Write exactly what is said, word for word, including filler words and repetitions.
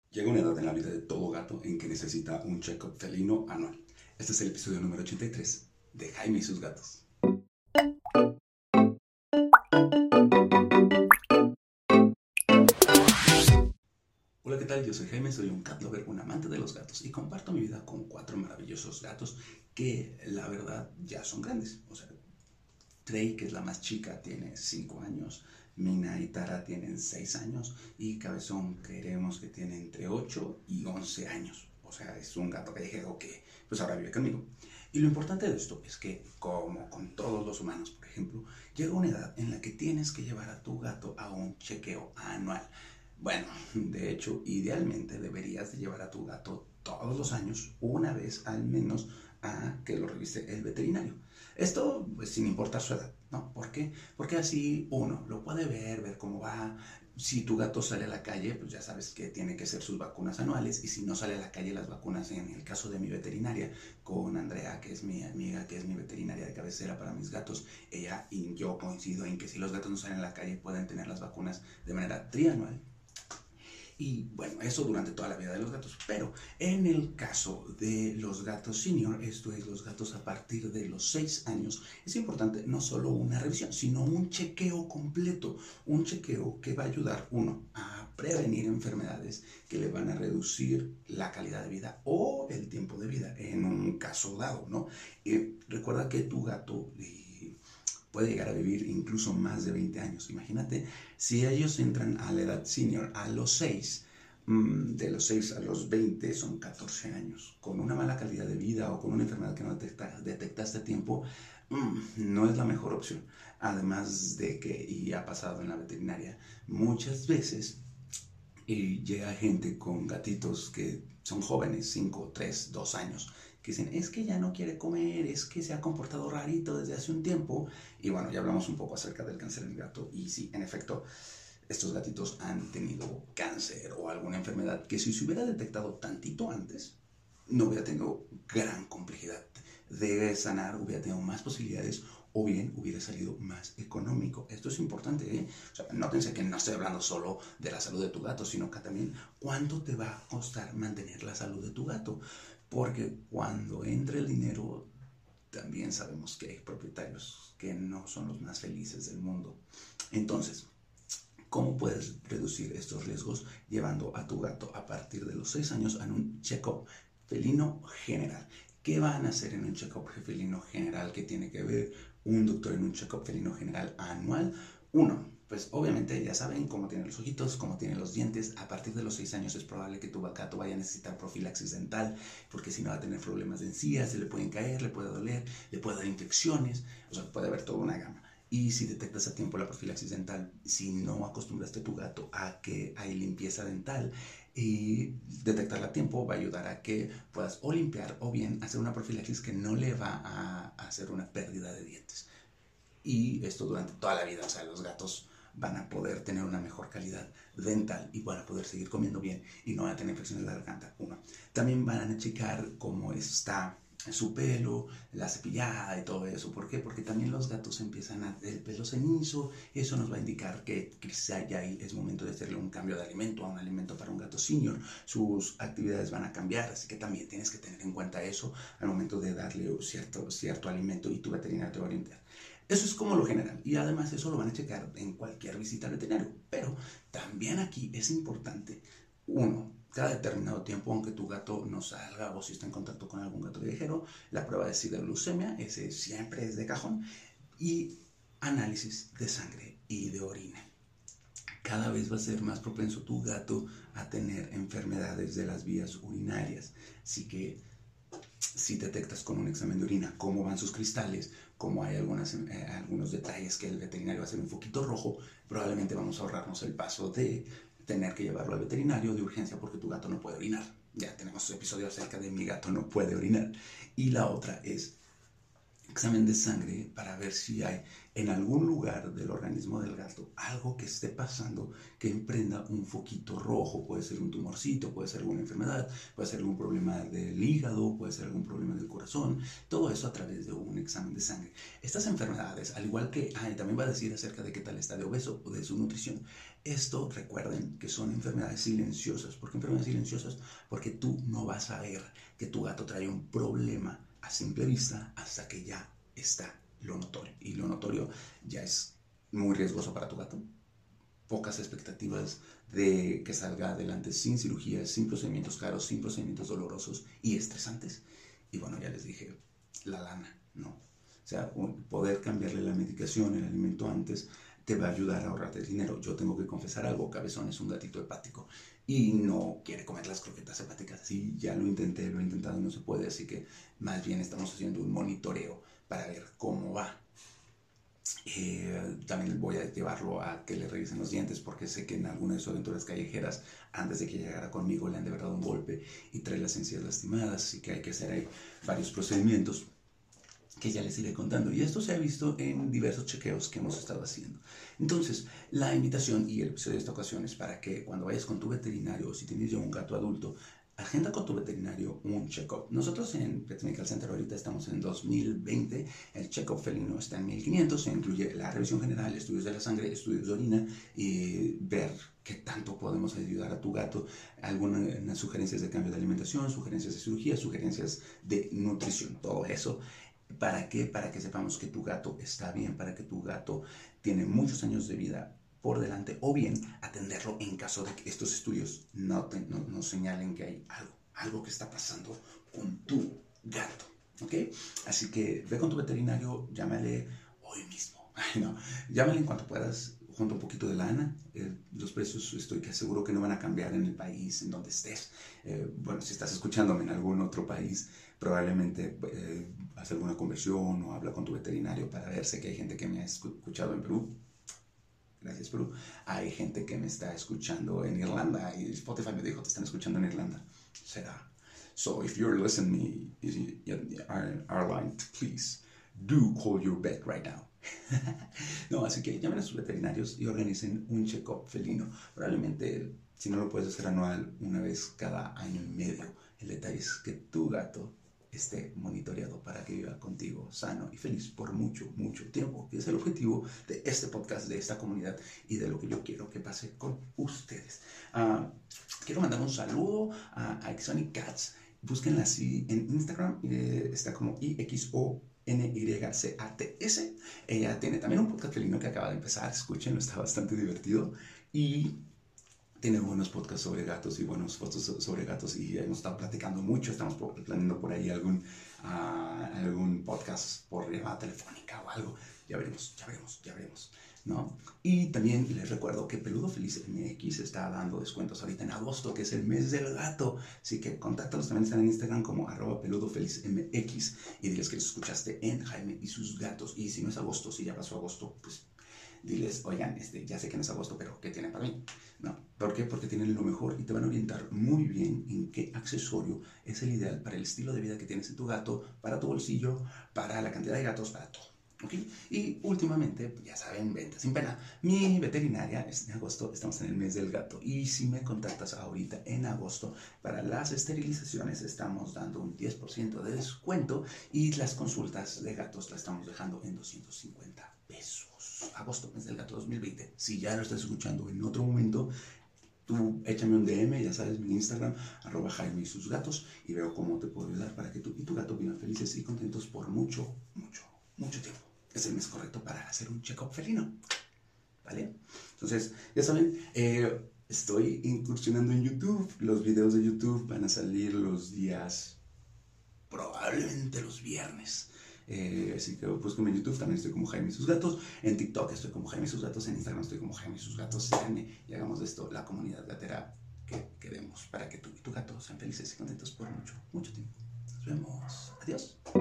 Llega una edad en la vida de todo gato en que necesita un check-up felino anual. Este es el episodio número ochenta y tres de Jaime y sus gatos. Hola, ¿qué tal? Yo soy Jaime, soy un cat lover, un amante de los gatos y comparto mi vida con cuatro maravillosos gatos que la verdad ya son grandes. O sea, Trey, que es la más chica, tiene cinco años. Mina y Tara tienen seis años. Y Cabezón, creemos que tiene entre ocho y once años. O sea, es un gato callejero que pues ahora vive conmigo. Y lo importante de esto es que, como con todos los humanos, por ejemplo, llega una edad en la que tienes que llevar a tu gato a un chequeo anual. Bueno, de hecho, idealmente deberías de llevar a tu gato todos los años, una vez al menos, a que lo revise el veterinario. Esto pues, sin importar su edad, ¿no? ¿Por qué? Porque así uno lo puede ver, ver cómo va. Si tu gato sale a la calle, pues ya sabes que tiene que ser sus vacunas anuales. Y si no sale a la calle, las vacunas, en el caso de mi veterinaria, con Andrea, que es mi amiga, que es mi veterinaria de cabecera para mis gatos, ella y yo coincido en que si los gatos no salen a la calle, pueden tener las vacunas de manera trianual. Y bueno, eso durante toda la vida de los gatos. Pero en el caso de los gatos senior, esto es los gatos a partir de los seis años, es importante no solo una revisión, sino un chequeo completo. Un chequeo que va a ayudar, uno, a prevenir enfermedades que le van a reducir la calidad de vida o el tiempo de vida en un caso dado, ¿no? Y recuerda que tu gato eh, puede llegar a vivir incluso más de veinte años. Imagínate, si ellos entran a la edad senior a los seis, de los seis a los veinte son catorce años. Con una mala calidad de vida o con una enfermedad que no detecta, detectaste a tiempo, mmm, no es la mejor opción. Además de que, y ha pasado en la veterinaria, muchas veces y llega gente con gatitos que son jóvenes, cinco, tres, dos años, que dicen, es que ya no quiere comer, es que se ha comportado rarito desde hace un tiempo. Y bueno, ya hablamos un poco acerca del cáncer en el gato. Y sí, en efecto, estos gatitos han tenido cáncer o alguna enfermedad que si se hubiera detectado tantito antes, no hubiera tenido gran complejidad de sanar, hubiera tenido más posibilidades o bien hubiera salido más económico. Esto es importante, ¿eh? O sea, nótense que no estoy hablando solo de la salud de tu gato, sino que también cuánto te va a costar mantener la salud de tu gato. Porque cuando entre el dinero, también sabemos que hay propietarios que no son los más felices del mundo. Entonces, ¿cómo puedes reducir estos riesgos llevando a tu gato a partir de los seis años a un check-up felino general? ¿Qué van a hacer en un check-up felino general? ¿Qué tiene que ver un doctor en un check-up felino general anual? Uno, pues obviamente ya saben cómo tienen los ojitos, cómo tienen los dientes. A partir de los seis años es probable que tu gato vaya a necesitar profilaxis dental, porque si no va a tener problemas de encías, se le pueden caer, le puede doler, le puede dar infecciones, o sea, puede haber toda una gama. Y si detectas a tiempo la profilaxis dental, si no acostumbraste a tu gato a que hay limpieza dental, y detectarla a tiempo va a ayudar a que puedas o limpiar o bien hacer una profilaxis que no le va a hacer una pérdida de dientes. Y esto durante toda la vida, o sea, los gatos van a poder tener una mejor calidad dental y van a poder seguir comiendo bien y no van a tener infecciones de la garganta. Uno. También van a checar cómo está su pelo, la cepillada y todo eso. ¿Por qué? Porque también los gatos empiezan a tener el pelo cenizo. Eso nos va a indicar que quizá ya es momento de hacerle un cambio de alimento a un alimento para un gato senior. Sus actividades van a cambiar, así que también tienes que tener en cuenta eso al momento de darle cierto, cierto alimento y tu veterinario te va a orientar. Eso es como lo general y además eso lo van a checar en cualquier visita al veterinario. Pero también aquí es importante, uno, cada determinado tiempo, aunque tu gato no salga o si está en contacto con algún gato callejero, la prueba de sideroglucemia, ese siempre es de cajón, y análisis de sangre y de orina. Cada vez va a ser más propenso tu gato a tener enfermedades de las vías urinarias. Así que si detectas con un examen de orina cómo van sus cristales, cómo hay algunas, eh, algunos detalles que el veterinario va a hacer un foquito rojo, probablemente vamos a ahorrarnos el paso de tener que llevarlo al veterinario de urgencia porque tu gato no puede orinar. Ya tenemos episodios acerca de mi gato no puede orinar. Y la otra es examen de sangre para ver si hay en algún lugar del organismo del gato algo que esté pasando que emprenda un foquito rojo. Puede ser un tumorcito, puede ser alguna enfermedad, puede ser algún problema del hígado, puede ser algún problema del corazón. Todo eso a través de un examen de sangre. Estas enfermedades, al igual que ah, también va a decir acerca de qué tal está de obeso o de su nutrición. Esto, recuerden que son enfermedades silenciosas. ¿Por qué enfermedades silenciosas? Porque tú no vas a ver que tu gato trae un problema a simple vista hasta que ya está lo notorio. Y lo notorio ya es muy riesgoso para tu gato. Pocas expectativas de que salga adelante sin cirugías, sin procedimientos caros, sin procedimientos dolorosos y estresantes. Y bueno, ya les dije, la lana, ¿no? O sea, poder cambiarle la medicación, el alimento antes, te va a ayudar a ahorrarte dinero. Yo tengo que confesar algo, Cabezón es un gatito hepático y no quiere comer las croquetas hepáticas. Sí, ya lo intenté, lo he intentado y no se puede, así que más bien estamos haciendo un monitoreo para ver cómo va. Eh, también voy a llevarlo a que le revisen los dientes porque sé que en alguna de sus aventuras callejeras antes de que llegara conmigo le han de verdad dado un golpe y trae las encías lastimadas, así que hay que hacer ahí varios procedimientos que ya les iré contando. Y esto se ha visto en diversos chequeos que hemos estado haciendo. Entonces, la invitación y el episodio de esta ocasión es para que cuando vayas con tu veterinario o si tienes ya un gato adulto, agenda con tu veterinario un check-up. Nosotros en Pet Medical Center ahorita estamos en dos mil veinte, el check-up felino está en mil quinientos, se incluye la revisión general, estudios de la sangre, estudios de orina y ver qué tanto podemos ayudar a tu gato, algunas sugerencias de cambio de alimentación, sugerencias de cirugía, sugerencias de nutrición, todo eso. ¿Para qué? Para que sepamos que tu gato está bien, para que tu gato tiene muchos años de vida por delante, o bien atenderlo en caso de que estos estudios no, te, no, no señalen que hay algo, algo que está pasando con tu gato, ¿ok? Así que ve con tu veterinario, llámale hoy mismo, no, llámale en cuanto puedas, junto un poquito de lana. Eh, los precios estoy que seguro que no van a cambiar en el país en donde estés. Eh, bueno, si estás escuchándome en algún otro país, probablemente eh, haz alguna conversión o habla con tu veterinario para ver. Sé que hay gente que me ha escuchado en Perú. Gracias, Perú. Hay gente que me está escuchando en Irlanda y Spotify me dijo, te están escuchando en Irlanda. Será. So if you're listening in Ireland, please do call your vet right now. No, así que llamen a sus veterinarios y organicen un check-up felino. Probablemente, si no lo puedes hacer anual, una vez cada año y medio. El detalle es que tu gato esté monitoreado para que viva contigo sano y feliz por mucho, mucho tiempo, que es el objetivo de este podcast, de esta comunidad y de lo que yo quiero que pase con ustedes. Uh, quiero mandar un saludo a, a Exonic Cats. Búsquenla así en Instagram, eh, está como I X O N Y C A T S. Ella tiene también un podcast felino que acaba de empezar, escúchenlo, está bastante divertido y tiene buenos podcasts sobre gatos y buenos fotos sobre gatos y hemos estado platicando mucho, estamos planeando por ahí algún, uh, algún podcast por llamada telefónica o algo, ya veremos, ya veremos, ya veremos, ¿no? Y también les recuerdo que Peludo Feliz M X está dando descuentos ahorita en agosto, que es el mes del gato, así que contáctalos, también están en Instagram como arroba Peludo Feliz M X y diles que los escuchaste en Jaime y sus gatos, y si no es agosto, si ya pasó agosto, pues diles, oigan, este, ya sé que no es agosto, pero ¿qué tienen para mí? No, ¿por qué? Porque tienen lo mejor y te van a orientar muy bien en qué accesorio es el ideal para el estilo de vida que tienes en tu gato, para tu bolsillo, para la cantidad de gatos, para todo, ¿ok? Y últimamente, ya saben, venta sin pena. Mi veterinaria es en agosto, estamos en el mes del gato, y si me contactas ahorita en agosto, para las esterilizaciones estamos dando un diez por ciento de descuento y las consultas de gatos las estamos dejando en doscientos cincuenta pesos. Agosto, mes del gato dos mil veinte. Si ya lo estás escuchando en otro momento, tú échame un D M, ya sabes, mi Instagram, arroba Jaime y sus gatos, y veo cómo te puedo ayudar para que tú y tu gato vivan felices y contentos por mucho, mucho, mucho tiempo. Es el mes correcto para hacer un check-up felino, ¿vale? Entonces, ya saben, eh, estoy incursionando en YouTube. Los videos de YouTube van a salir los días, probablemente los viernes. Eh, así que búsquenme en YouTube, también estoy como Jaime y sus gatos. En TikTok estoy como Jaime y sus gatos. En Instagram estoy como Jaime y sus gatos. Síganme y hagamos de esto la comunidad gatera que queremos para que tú y tu gato sean felices y contentos por mucho, mucho tiempo. Nos vemos. Adiós.